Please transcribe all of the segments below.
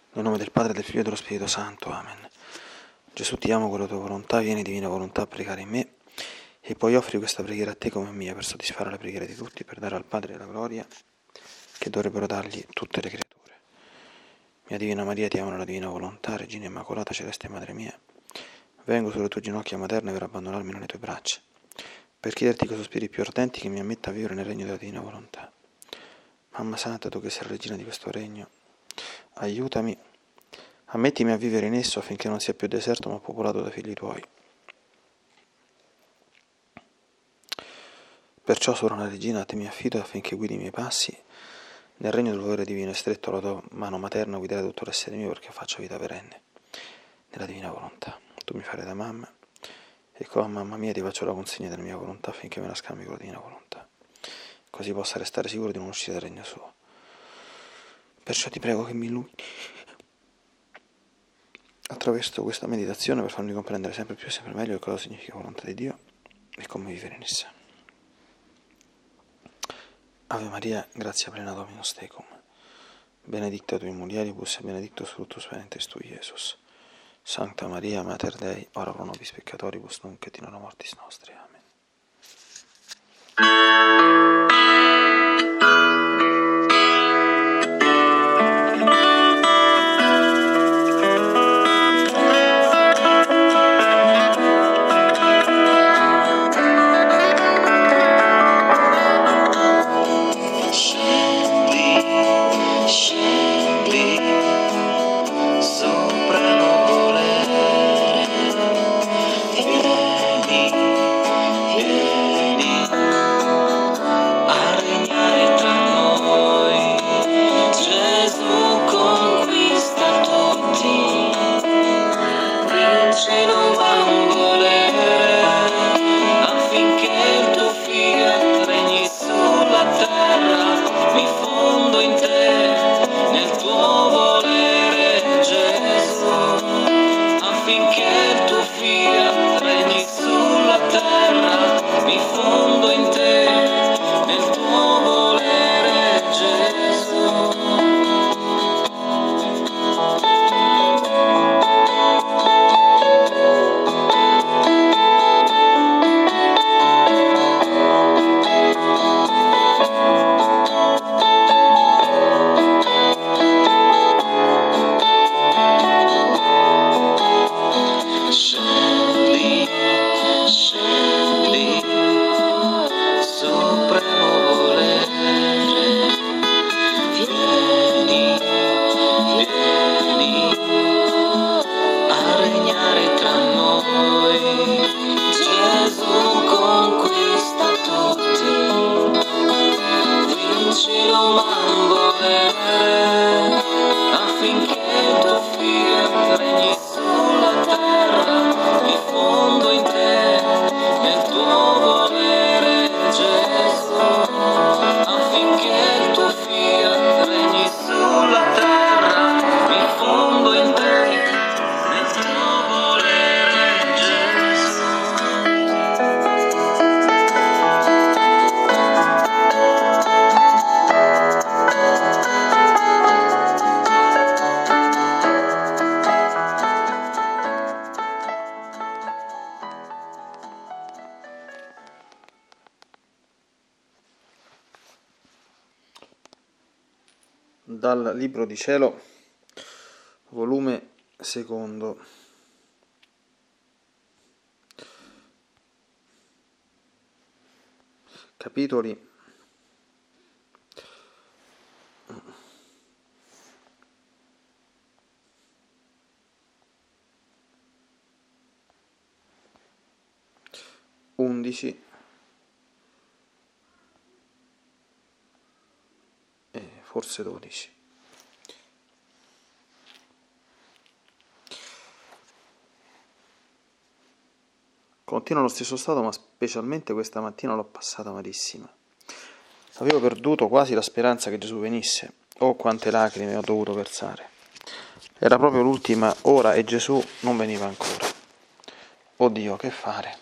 Nel nome del Padre, del Figlio e dello Spirito Santo. Amen. Gesù, ti amo con la tua volontà, vieni divina volontà a pregare in me, e poi offri questa preghiera a te come mia per soddisfare la preghiera di tutti, per dare al Padre la gloria che dovrebbero dargli tutte le creature. Mia Divina Maria, ti amo nella divina volontà, Regina Immacolata, Celeste Madre mia, vengo sulle tue ginocchia materne per abbandonarmi nelle tue braccia, per chiederti con sospiri più ardenti che mi ammetta a vivere nel regno della divina volontà. Mamma Santa, tu che sei regina di questo regno, aiutami, ammettimi a vivere in esso affinché non sia più deserto ma popolato da figli tuoi. Perciò, Sorona Regina, a te mi affido affinché guidi i miei passi nel regno del volere divino e stretto alla tua mano materna guiderai tutto l'essere mio perché faccia vita perenne nella divina volontà. Tu mi farai da mamma e con mamma mia ti faccio la consegna della mia volontà affinché me la scambi con la divina volontà, così possa restare sicuro di non uscire dal regno suo. Perciò ti prego che mi illumini attraverso questa meditazione per farmi comprendere sempre più e sempre meglio che cosa significa volontà di Dio e come vivere in essa. Ave Maria, grazia plena Dominus tecum, benedicta tui mulieribus e benedictus fructus ventris tui, Iesus. Sancta Maria, Mater Dei, ora pro nobis peccatoribus, nunc et in hora mortis nostre. Amen. Dal Libro di Cielo, volume secondo, capitoli 11 e forse 12. Continuo allo stesso stato, ma specialmente questa mattina l'ho passata malissima. Avevo perduto quasi la speranza che Gesù venisse. Oh, quante lacrime ho dovuto versare. Era proprio l'ultima ora e Gesù non veniva ancora. Oddio, che fare?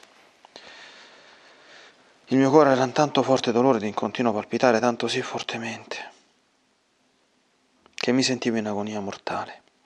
Il mio cuore era in tanto forte dolore ed in continuo palpitare tanto sì fortemente che mi sentivo in agonia mortale.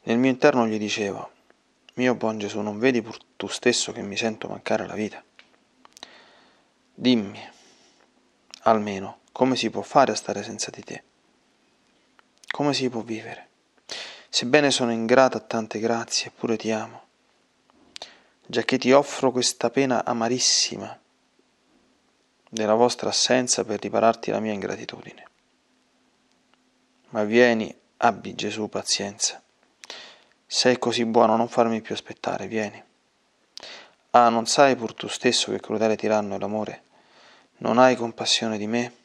Nel mio interno gli dicevo: mio buon Gesù, non vedi pur tu stesso che mi sento mancare la vita? Dimmi, almeno, come si può fare a stare senza di te? Come si può vivere? Sebbene sono ingrata a tante grazie, eppure ti amo, giacché ti offro questa pena amarissima della vostra assenza per ripararti la mia ingratitudine. Ma vieni, abbi Gesù pazienza. Sei così buono, non farmi più aspettare, vieni. Ah, non sai pur tu stesso che crudele tiranno è l'amore? Non hai compassione di me?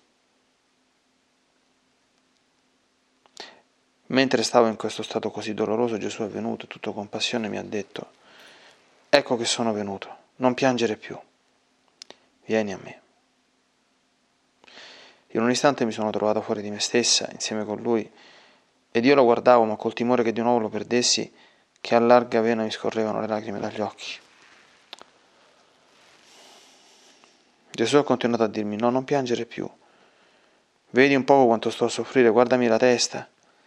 Mentre stavo in questo stato così doloroso, Gesù è venuto e tutto compassione mi ha detto: ecco che sono venuto, non piangere più, vieni a me. In un istante mi sono trovato fuori di me stessa, insieme con lui, ed io lo guardavo, ma col timore che di nuovo lo perdessi, che a larga vena mi scorrevano le lacrime dagli occhi. Gesù ha continuato a dirmi: no, non piangere più, vedi un poco quanto sto a soffrire, guardami la testa.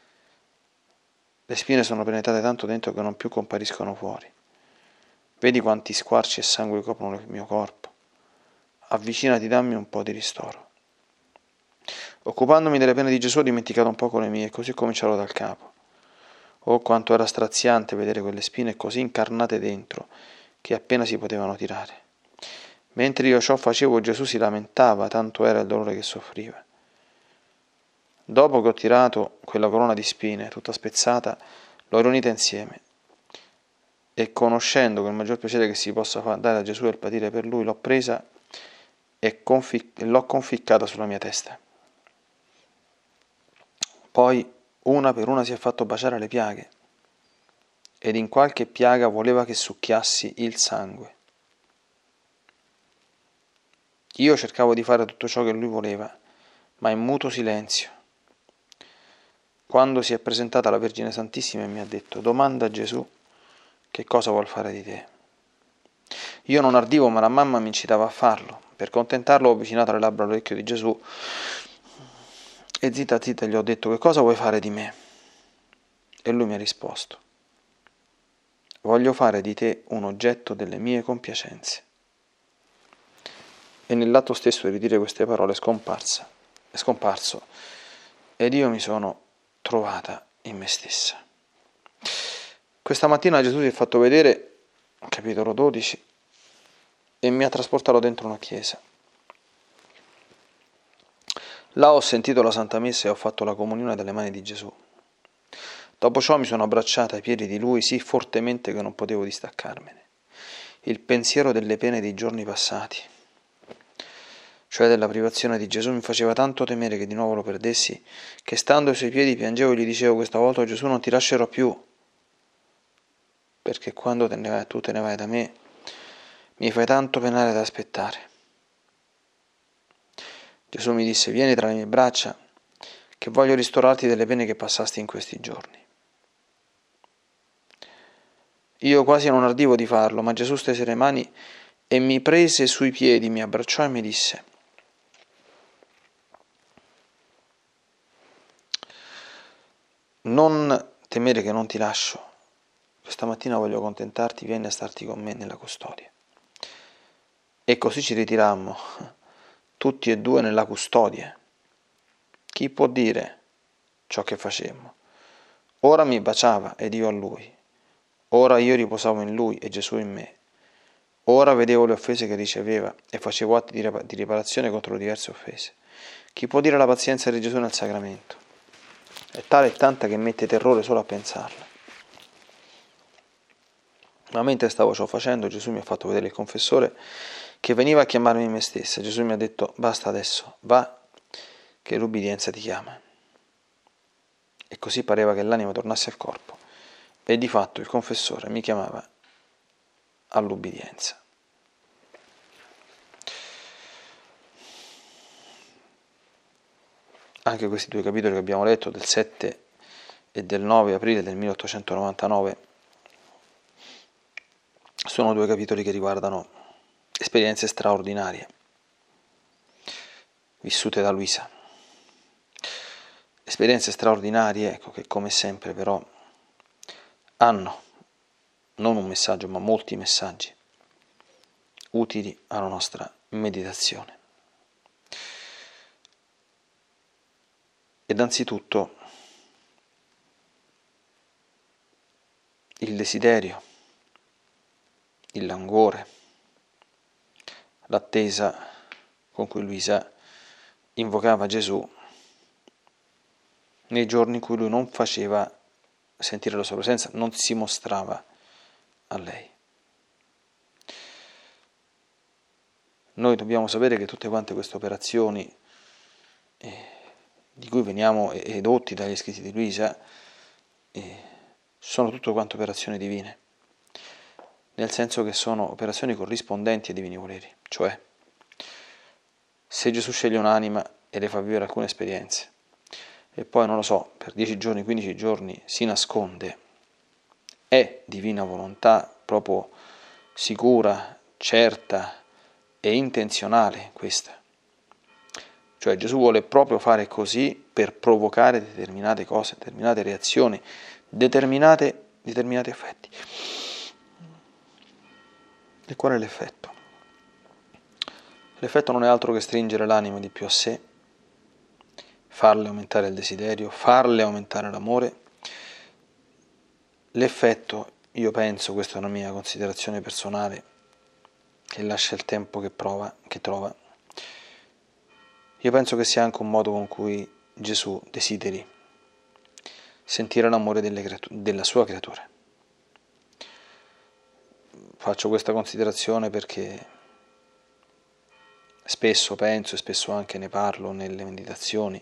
Le spine sono penetrate tanto dentro che non più compariscono fuori. Vedi quanti squarci e sangue coprono il mio corpo. Avvicinati, dammi un po' di ristoro. Occupandomi delle pene di Gesù ho dimenticato un poco le mie, e così ho cominciato dal capo. Oh, quanto era straziante vedere quelle spine così incarnate dentro, che appena si potevano tirare. Mentre io ciò facevo, Gesù si lamentava, tanto era il dolore che soffriva. Dopo che ho tirato quella corona di spine, tutta spezzata, l'ho riunita insieme, e conoscendo che il maggior piacere che si possa dare a Gesù è il patire per lui, l'ho presa e l'ho conficcata sulla mia testa. Poi, una per una, si è fatto baciare le piaghe, ed in qualche piaga voleva che succhiassi il sangue. Io cercavo di fare tutto ciò che lui voleva, ma in muto silenzio. Quando si è presentata la Vergine Santissima e mi ha detto: domanda a Gesù che cosa vuol fare di te. Io non ardivo, ma la mamma mi incitava a farlo. Per contentarlo ho avvicinato le labbra all'orecchio di Gesù e zitta zitta gli ho detto: che cosa vuoi fare di me? E lui mi ha risposto: voglio fare di te un oggetto delle mie compiacenze. E nell'atto stesso di dire queste parole è scomparso, ed io mi sono trovata in me stessa. Questa mattina Gesù si è fatto vedere, capitolo 12, e mi ha trasportato dentro una chiesa. Là ho sentito la Santa Messa e ho fatto la comunione dalle mani di Gesù. Dopo ciò mi sono abbracciata ai piedi di Lui sì fortemente che non potevo distaccarmene. Il pensiero delle pene dei giorni passati, cioè della privazione di Gesù, mi faceva tanto temere che di nuovo lo perdessi, che stando ai suoi piedi piangevo e gli dicevo: questa volta, Gesù, non ti lascerò più, perché quando tu te ne vai da me mi fai tanto penare ad aspettare. Gesù mi disse: vieni tra le mie braccia, che voglio ristorarti delle pene che passasti in questi giorni. Io quasi non ardivo di farlo, ma Gesù stese le mani e mi prese sui piedi, mi abbracciò e mi disse: non temere che non ti lascio. Questa mattina voglio contentarti, vieni a starti con me nella custodia. E così ci ritirammo, tutti e due nella custodia. Chi può dire ciò che facemmo? Ora mi baciava ed io a lui. Ora io riposavo in lui e Gesù in me. Ora vedevo le offese che riceveva e facevo atti di riparazione contro le diverse offese. Chi può dire la pazienza di Gesù nel sacramento? È tale e tanta che mette terrore solo a pensarla. Ma mentre stavo ciò facendo, Gesù mi ha fatto vedere il confessore che veniva a chiamarmi me stessa. Gesù mi ha detto: basta adesso, va, che l'ubbidienza ti chiama. E così pareva che l'anima tornasse al corpo, e di fatto il confessore mi chiamava all'ubbidienza. Anche questi due capitoli che abbiamo letto, del 7 e del 9 aprile del 1899, sono due capitoli che riguardano esperienze straordinarie vissute da Luisa. Esperienze straordinarie, ecco, che come sempre però hanno non un messaggio, ma molti messaggi utili alla nostra meditazione. Ed anzitutto il desiderio, il languore, l'attesa con cui Luisa invocava Gesù nei giorni in cui lui non faceva sentire la sua presenza, non si mostrava a lei. Noi dobbiamo sapere che tutte quante queste operazioni di cui veniamo edotti dagli scritti di Luisa sono tutte quante operazioni divine, nel senso che sono operazioni corrispondenti ai divini voleri, cioè se Gesù sceglie un'anima e le fa vivere alcune esperienze e poi, non lo so, per 10 giorni, 15 giorni si nasconde, è divina volontà proprio sicura, certa e intenzionale questa. Cioè Gesù vuole proprio fare così per provocare determinate cose, determinate reazioni, determinati effetti. E qual è l'effetto? L'effetto non è altro che stringere l'anima di più a sé, farle aumentare il desiderio, farle aumentare l'amore. L'effetto, io penso, questa è una mia considerazione personale, che lascia il tempo che trova, io penso che sia anche un modo con cui Gesù desideri sentire l'amore della sua creatura. Faccio questa considerazione perché spesso penso e spesso anche ne parlo nelle meditazioni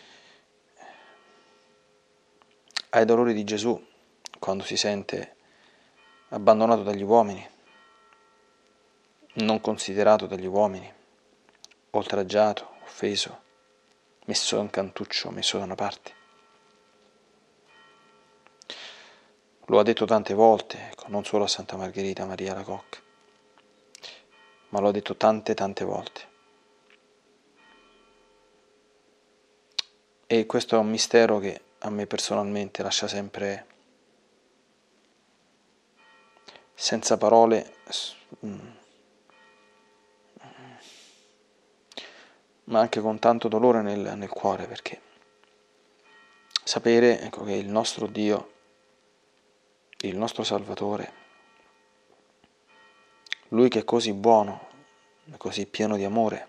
ai dolori di Gesù quando si sente abbandonato dagli uomini, non considerato dagli uomini, oltraggiato, offeso, messo in cantuccio, messo da una parte. Lo ha detto tante volte, non solo a Santa Margherita Maria Alacoque, ma lo ha detto tante volte. E questo è un mistero che a me personalmente lascia sempre senza parole, ma anche con tanto dolore nel cuore, perché sapere, ecco, che il nostro Dio, il nostro Salvatore, Lui che è così buono, così pieno di amore,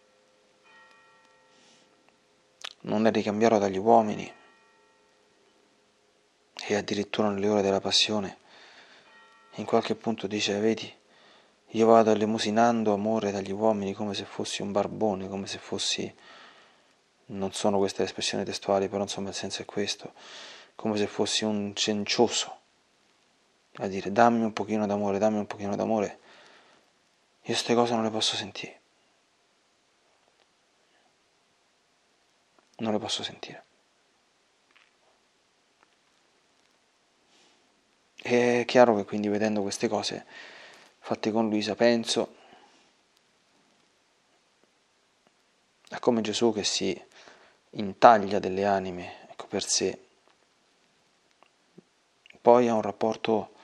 non è ricambiato dagli uomini e addirittura nelle ore della passione in qualche punto dice: vedi, io vado elemosinando amore dagli uomini come se fossi un barbone, come se fossi, non sono queste espressioni testuali, però insomma il senso è questo, come se fossi un cencioso a dire dammi un pochino d'amore, dammi un pochino d'amore. Io queste cose non le posso sentire, non le posso sentire. È chiaro che quindi vedendo queste cose fatte con Luisa penso a come Gesù che si intaglia delle anime, ecco, per sé, poi ha un rapporto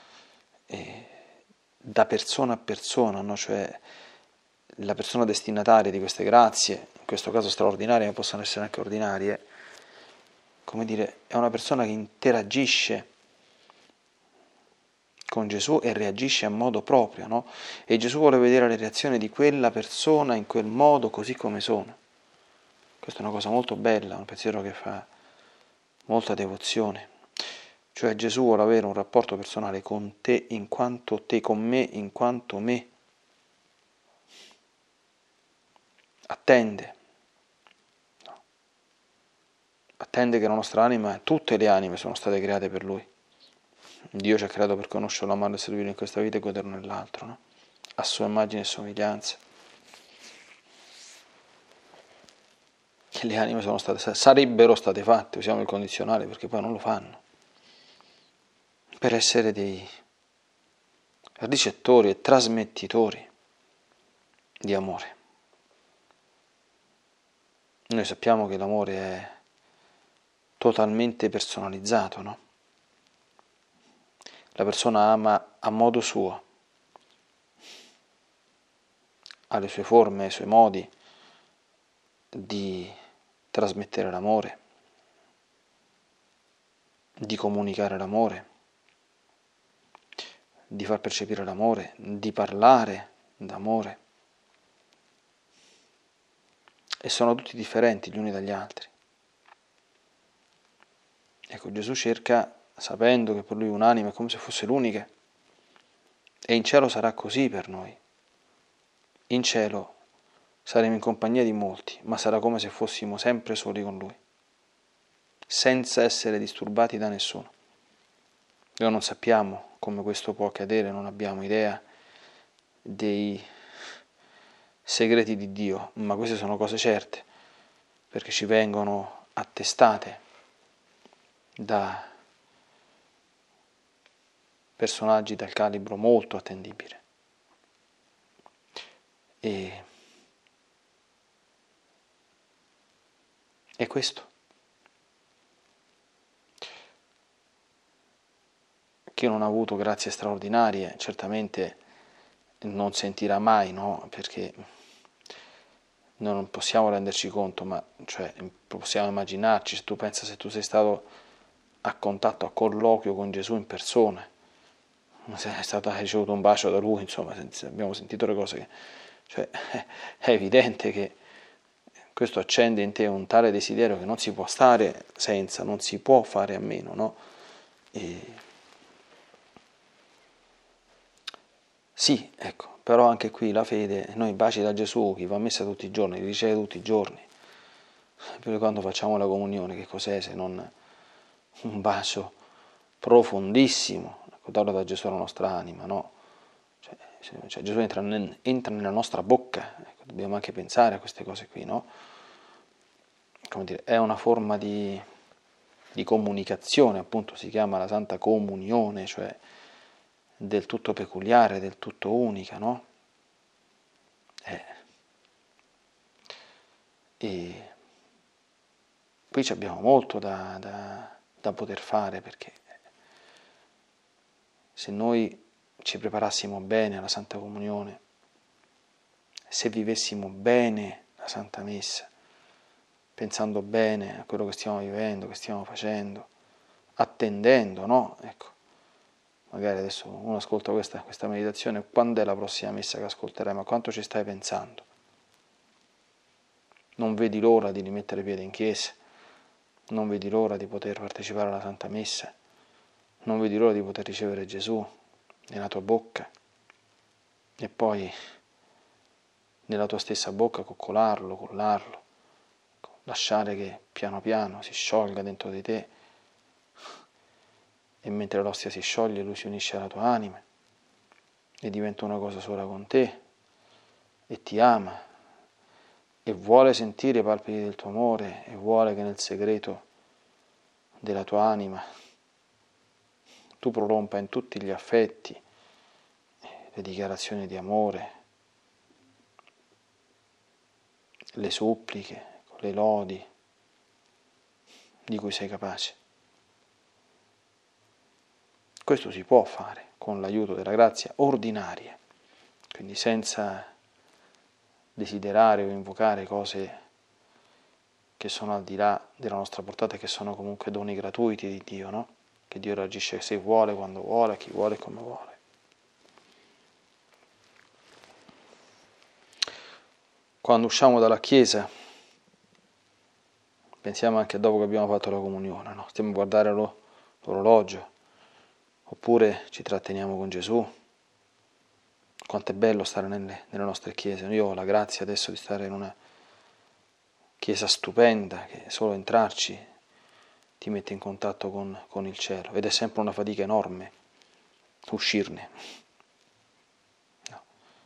da persona a persona, no? Cioè la persona destinataria di queste grazie, in questo caso straordinarie, ma possono essere anche ordinarie, come dire, è una persona che interagisce con Gesù e reagisce a modo proprio, no? E Gesù vuole vedere le reazioni di quella persona in quel modo, così come sono. Questa è una cosa molto bella, un pensiero che fa molta devozione. Cioè Gesù vuole avere un rapporto personale con te in quanto te, con me in quanto me. Attende. No. Attende che la nostra anima, tutte le anime sono state create per Lui. Dio ci ha creato per conoscerlo, amarlo e servirlo in questa vita e goderlo nell'altro, no? A sua immagine e somiglianza. Che le anime sarebbero state fatte, usiamo il condizionale perché poi non lo fanno, per essere dei ricettori e trasmettitori di amore. Noi sappiamo che l'amore è totalmente personalizzato, no? La persona ama a modo suo, ha le sue forme, i suoi modi di trasmettere l'amore, di comunicare l'amore, di far percepire l'amore, di parlare d'amore. E sono tutti differenti gli uni dagli altri. Ecco, Gesù cerca, sapendo che per lui un'anima è come se fosse l'unica, e in cielo sarà così per noi. In cielo saremo in compagnia di molti, ma sarà come se fossimo sempre soli con lui, senza essere disturbati da nessuno. Noi non sappiamo come questo può accadere, non abbiamo idea dei segreti di Dio, ma queste sono cose certe, perché ci vengono attestate da personaggi dal calibro molto attendibile. E questo. Chi non ha avuto grazie straordinarie certamente non sentirà mai, no? Perché noi non possiamo renderci conto, ma cioè, possiamo immaginarci, se tu pensi, se tu sei stato a contatto, a colloquio con Gesù in persona, se hai ricevuto un bacio da lui, insomma, abbiamo sentito le cose che... Cioè, è evidente che questo accende in te un tale desiderio che non si può stare senza, non si può fare a meno, no? Sì, ecco, però anche qui la fede, noi baci da Gesù, chi va a messa tutti i giorni, li riceve tutti i giorni. Per quando facciamo la comunione, che cos'è se non un bacio profondissimo, dato da Gesù alla nostra anima, no? Cioè Gesù entra nella nostra bocca, ecco, dobbiamo anche pensare a queste cose qui, no? Come dire, è una forma di comunicazione, appunto si chiama la Santa Comunione, cioè del tutto peculiare, del tutto unica, no? E qui abbiamo molto da poter fare, perché se noi ci preparassimo bene alla Santa Comunione, se vivessimo bene la Santa Messa, pensando bene a quello che stiamo vivendo, che stiamo facendo, attendendo, no? Ecco, magari adesso uno ascolta questa meditazione, quando è la prossima messa che ascolterai, ma quanto ci stai pensando? Non vedi l'ora di rimettere piede in chiesa, non vedi l'ora di poter partecipare alla Santa Messa, non vedi l'ora di poter ricevere Gesù nella tua bocca e poi nella tua stessa bocca coccolarlo, collarlo, lasciare che piano piano si sciolga dentro di te, e mentre l'ostia si scioglie lui si unisce alla tua anima e diventa una cosa sola con te e ti ama e vuole sentire i palpiti del tuo amore e vuole che nel segreto della tua anima tu prorompa in tutti gli affetti le dichiarazioni di amore, le suppliche, le lodi di cui sei capace. Questo si può fare con l'aiuto della grazia ordinaria, quindi senza desiderare o invocare cose che sono al di là della nostra portata e che sono comunque doni gratuiti di Dio, no? Che Dio reagisce se vuole, quando vuole, a chi vuole e come vuole. Quando usciamo dalla Chiesa, pensiamo anche a dopo che abbiamo fatto la comunione, no? Stiamo a guardare l'orologio, oppure ci tratteniamo con Gesù. Quanto è bello stare nelle nostre chiese. Io ho la grazia adesso di stare in una chiesa stupenda, che solo entrarci ti mette in contatto con il cielo, ed è sempre una fatica enorme uscirne. No.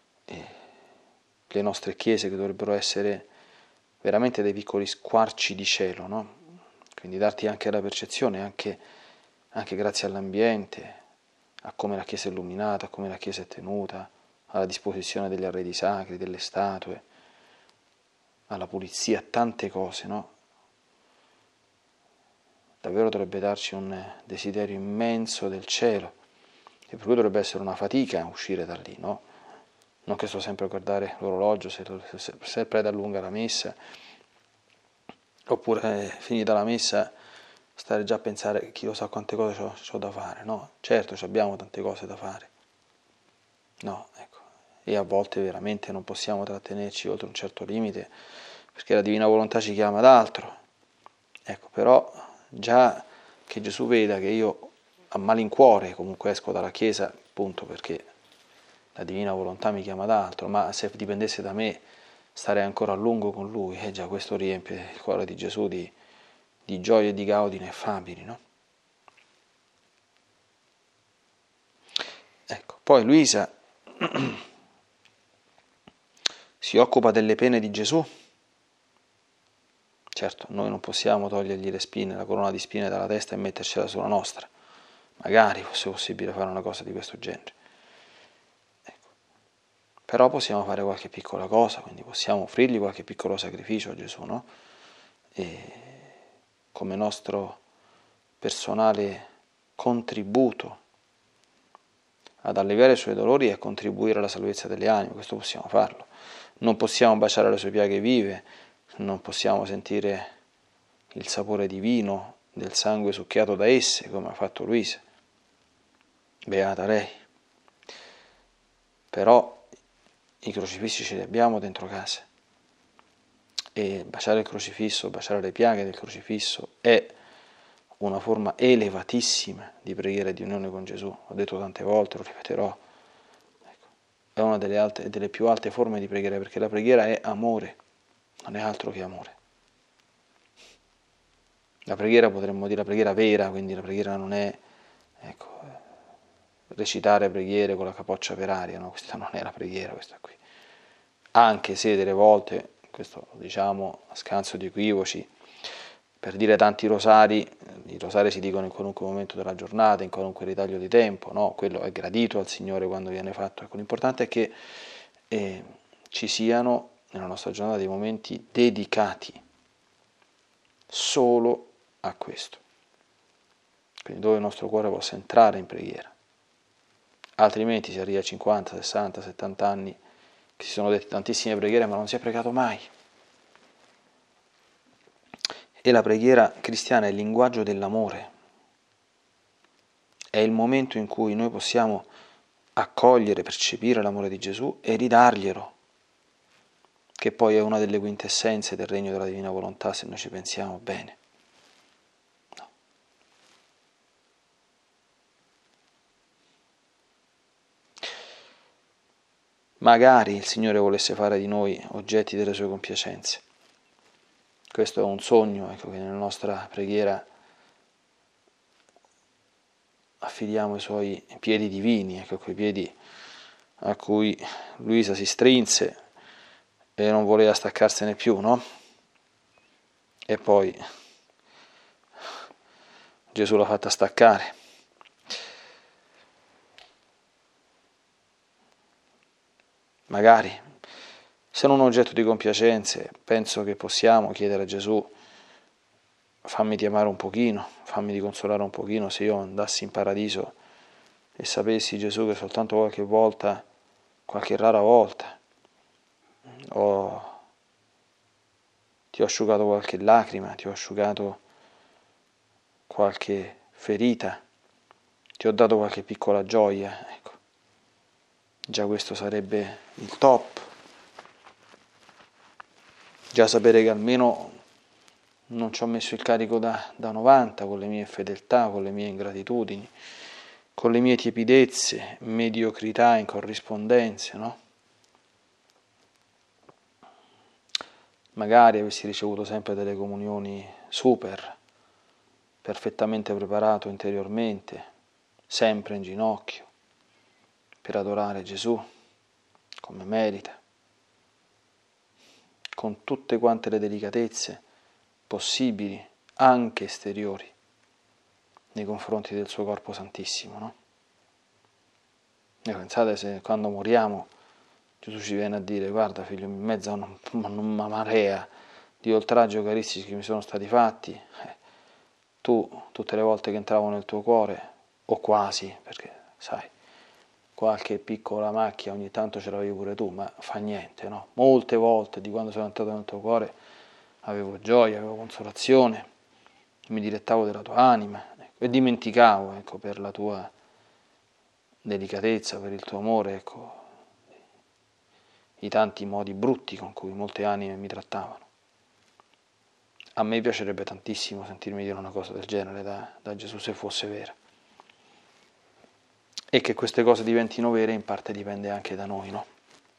Le nostre chiese, che dovrebbero essere veramente dei piccoli squarci di cielo, no? Quindi darti anche la percezione, anche grazie all'ambiente, a come la chiesa è illuminata, a come la chiesa è tenuta, alla disposizione degli arredi sacri, delle statue, alla pulizia, tante cose, no? Davvero dovrebbe darci un desiderio immenso del cielo, e per cui dovrebbe essere una fatica uscire da lì, no? Non che sto sempre a guardare l'orologio, se preda lunga la messa, oppure finita la messa stare già a pensare chi lo sa quante cose ho da fare, no? Certo, abbiamo tante cose da fare, no, ecco, e a volte veramente non possiamo trattenerci oltre un certo limite, perché la divina volontà ci chiama ad altro, ecco, però già che Gesù veda che io a malincuore comunque esco dalla Chiesa, appunto perché la divina volontà mi chiama ad altro, ma se dipendesse da me stare ancora a lungo con Lui, già questo riempie il cuore di Gesù di gioie e di gaudi ineffabili, no? Ecco, poi Luisa si occupa delle pene di Gesù. Certo, noi non possiamo togliergli le spine, la corona di spine dalla testa e mettercela sulla nostra. Magari fosse possibile fare una cosa di questo genere. Ecco. Però possiamo fare qualche piccola cosa, quindi possiamo offrirgli qualche piccolo sacrificio a Gesù, no? E come nostro personale contributo ad alleviare i suoi dolori e a contribuire alla salvezza delle anime, questo possiamo farlo. Non possiamo baciare le sue piaghe vive, non possiamo sentire il sapore divino del sangue succhiato da esse, come ha fatto Luisa. Beata lei. Però i crocifissi ce li abbiamo dentro casa. E baciare il crocifisso, baciare le piaghe del crocifisso è una forma elevatissima di preghiera e di unione con Gesù. Ho detto tante volte, lo ripeterò. Ecco. È una delle più alte forme di preghiera, perché la preghiera è amore, non è altro che amore. La preghiera, potremmo dire la preghiera vera, quindi la preghiera non è, ecco, recitare preghiere con la capoccia per aria, no? Questa non è la preghiera, questa qui. Anche se delle volte, questo diciamo a scanso di equivoci, per dire tanti rosari, i rosari si dicono in qualunque momento della giornata, in qualunque ritaglio di tempo, no? Quello è gradito al Signore quando viene fatto. Ecco, l'importante è che ci siano nella nostra giornata dei momenti dedicati solo a questo, quindi dove il nostro cuore possa entrare in preghiera. Altrimenti si arriva a 50, 60, 70 anni che si sono dette tantissime preghiere ma non si è pregato mai. E la preghiera cristiana è il linguaggio dell'amore, è il momento in cui noi possiamo accogliere, percepire l'amore di Gesù e ridarglielo, che poi è una delle quintessenze del regno della divina volontà, se noi ci pensiamo bene. No. Magari il Signore volesse fare di noi oggetti delle sue compiacenze. Questo è un sogno, ecco, che nella nostra preghiera affidiamo ai suoi piedi divini, ecco, quei piedi a cui Luisa si strinse e non voleva staccarsene più, no? E poi Gesù l'ha fatta staccare. Magari, se non un oggetto di compiacenze, penso che possiamo chiedere a Gesù: fammi ti amare un pochino, fammi di consolare un pochino, se io andassi in paradiso e sapessi, Gesù, che soltanto qualche volta, qualche rara volta, ti ho asciugato qualche lacrima, ti ho asciugato qualche ferita, ti ho dato qualche piccola gioia, ecco. Già questo sarebbe il top. Già sapere che almeno non ci ho messo il carico da 90 con le mie fedeltà, con le mie ingratitudini, con le mie tiepidezze, mediocrità, incorrispondenze, no? Magari avessi ricevuto sempre delle comunioni super, perfettamente preparato interiormente, sempre in ginocchio, per adorare Gesù come merita, con tutte quante le delicatezze possibili, anche esteriori, nei confronti del suo corpo santissimo, no? E pensate se quando moriamo Gesù ci viene a dire: guarda figlio, in mezzo a una marea di oltraggi eucaristici che mi sono stati fatti, tu tutte le volte che entravo nel tuo cuore, o quasi, perché sai, qualche piccola macchia ogni tanto ce l'avevi pure tu, ma fa niente, no? Molte volte di quando sono entrato nel tuo cuore avevo gioia, avevo consolazione, mi dilettavo della tua anima, ecco, e dimenticavo, ecco, per la tua delicatezza, per il tuo amore, ecco, i tanti modi brutti con cui molte anime mi trattavano. A me piacerebbe tantissimo sentirmi dire una cosa del genere da Gesù, se fosse vera. E che queste cose diventino vere in parte dipende anche da noi, no?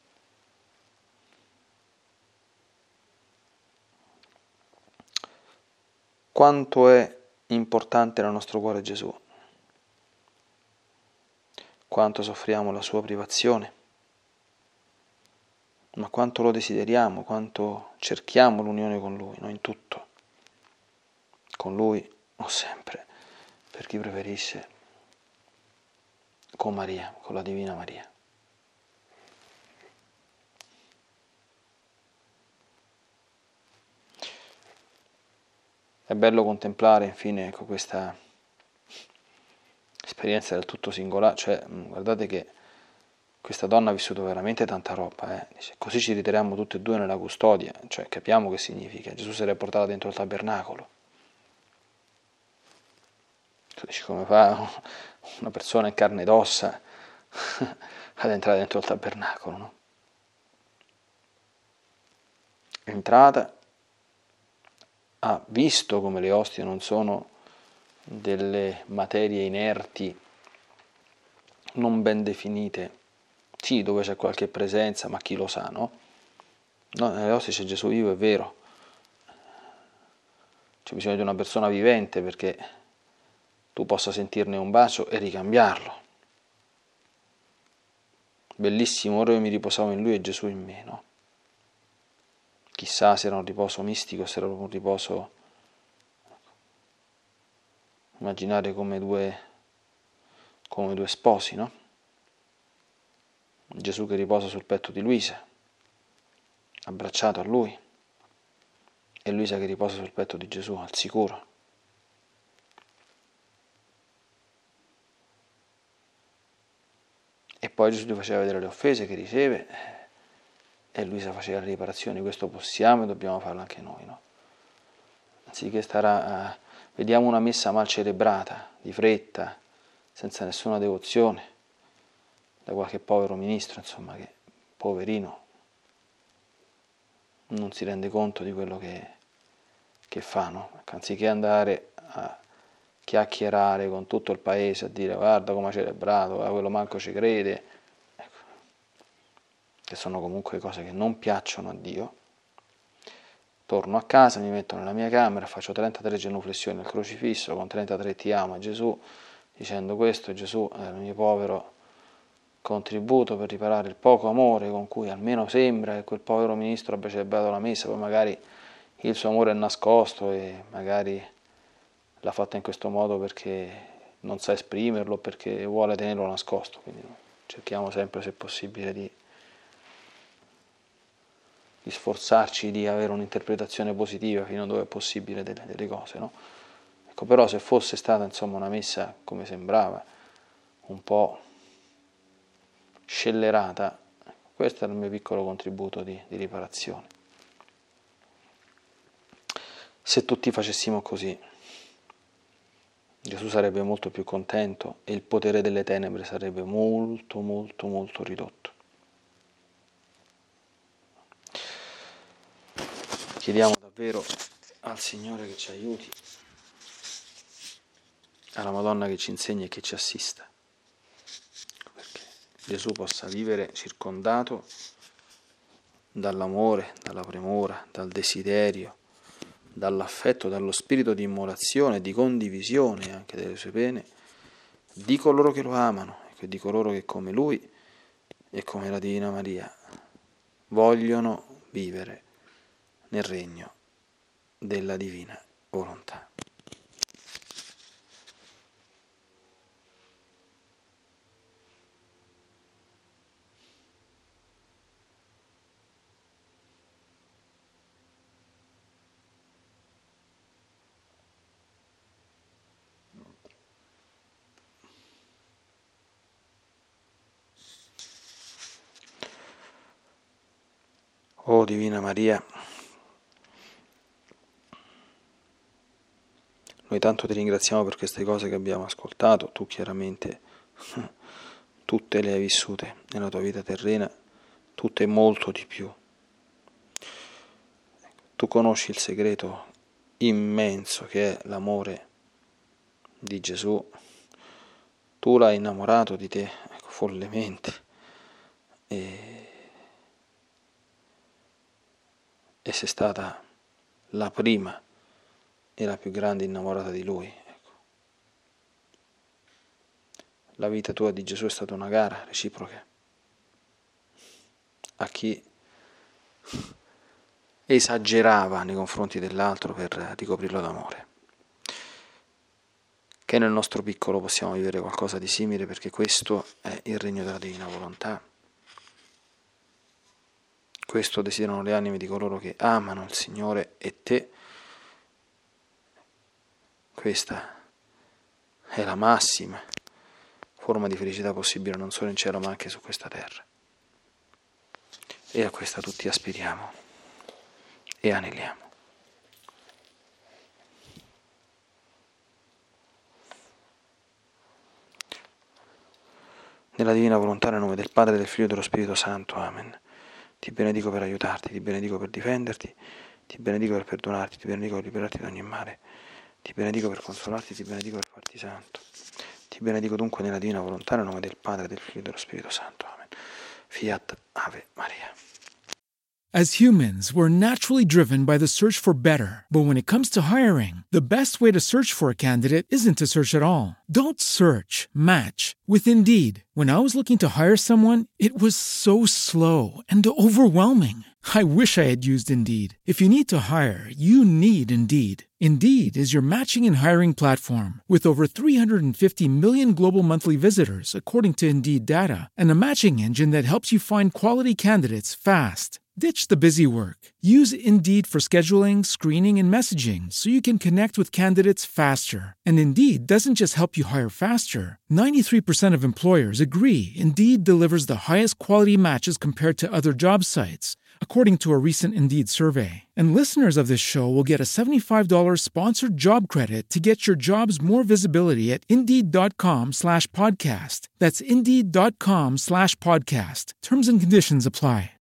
Quanto è importante nel nostro cuore Gesù? Quanto soffriamo la sua privazione? Ma quanto lo desideriamo, quanto cerchiamo l'unione con Lui, no? In tutto. Con Lui o sempre, per chi preferisce, con Maria, con la Divina Maria. È bello contemplare infine, ecco, questa esperienza del tutto singolare, cioè guardate che questa donna ha vissuto veramente tanta roba, Dice, così ci ritiriamo tutti e due nella custodia, cioè capiamo che significa, Gesù se l'è portata dentro il tabernacolo. Dice, come fa una persona in carne ed ossa ad entrare dentro il tabernacolo, no? È entrata, ha visto come le ostie non sono delle materie inerti, non ben definite, sì, dove c'è qualche presenza, ma chi lo sa, no? No, nelle ostie c'è Gesù vivo, è vero. C'è bisogno di una persona vivente perché tu possa sentirne un bacio e ricambiarlo. Bellissimo, ora io mi riposavo in lui e Gesù in me, no? Chissà se era un riposo mistico, se era un riposo, immaginare come due sposi, no? Gesù che riposa sul petto di Luisa, abbracciato a lui, e Luisa che riposa sul petto di Gesù, al sicuro. E poi Gesù gli faceva vedere le offese che riceve e Luisa faceva le riparazioni. Questo possiamo e dobbiamo farlo anche noi, no? Anziché stare vediamo una messa mal celebrata, di fretta, senza nessuna devozione, da qualche povero ministro, insomma, che poverino non si rende conto di quello che fa, no? Anziché andare a chiacchierare con tutto il paese, a dire guarda come ha celebrato, quello manco ci crede, ecco, che sono comunque cose che non piacciono a Dio. Torno a casa, mi metto nella mia camera, faccio 33 genuflessioni al crocifisso, con 33 ti amo a Gesù, dicendo questo Gesù è il mio povero contributo per riparare il poco amore con cui almeno sembra che quel povero ministro abbia celebrato la messa, poi magari il suo amore è nascosto e magari l'ha fatta in questo modo perché non sa esprimerlo, perché vuole tenerlo nascosto, quindi cerchiamo sempre se possibile di sforzarci di avere un'interpretazione positiva fino a dove è possibile delle cose, no? Ecco, però se fosse stata insomma una messa come sembrava, un po' scellerata, questo è il mio piccolo contributo di riparazione. Se tutti facessimo così, Gesù sarebbe molto più contento e il potere delle tenebre sarebbe molto, molto, molto ridotto. Chiediamo davvero al Signore che ci aiuti, alla Madonna che ci insegni e che ci assista, perché Gesù possa vivere circondato dall'amore, dalla premura, dal desiderio, dall'affetto, dallo spirito di immolazione, di condivisione anche delle sue pene, di coloro che lo amano, e di coloro che come Lui e come la Divina Maria vogliono vivere nel regno della Divina Volontà. Oh Divina Maria, noi tanto ti ringraziamo per queste cose che abbiamo ascoltato, tu chiaramente tutte le hai vissute nella tua vita terrena, tutte e molto di più. Tu conosci il segreto immenso che è l'amore di Gesù, tu l'hai innamorato di te, follemente, e sei stata la prima e la più grande innamorata di Lui. Ecco. La vita tua di Gesù è stata una gara reciproca a chi esagerava nei confronti dell'altro per ricoprirlo d'amore. Che nel nostro piccolo possiamo vivere qualcosa di simile, perché questo è il regno della divina volontà. Questo desiderano le anime di coloro che amano il Signore e te. Questa è la massima forma di felicità possibile non solo in cielo ma anche su questa terra. E a questa tutti aspiriamo e aneliamo. Nella divina volontà, nel nome del Padre, del Figlio e dello Spirito Santo. Amen. Ti benedico per aiutarti, ti benedico per difenderti, ti benedico per perdonarti, ti benedico per liberarti da ogni male, ti benedico per consolarti, ti benedico per farti santo. Ti benedico dunque nella divina volontà, nel nome del Padre, del Figlio e dello Spirito Santo. Amen. Fiat Ave Maria. As humans, we're naturally driven by the search for better. But when it comes to hiring, the best way to search for a candidate isn't to search at all. Don't search, match with Indeed. When I was looking to hire someone, it was so slow and overwhelming. I wish I had used Indeed. If you need to hire, you need Indeed. Indeed is your matching and hiring platform with over 350 million global monthly visitors, according to Indeed data, and a matching engine that helps you find quality candidates fast. Ditch the busy work. Use Indeed for scheduling, screening, and messaging so you can connect with candidates faster. And Indeed doesn't just help you hire faster. 93% of employers agree Indeed delivers the highest quality matches compared to other job sites, according to a recent Indeed survey. And listeners of this show will get a $75 sponsored job credit to get your jobs more visibility at Indeed.com/podcast. That's Indeed.com/podcast. Terms and conditions apply.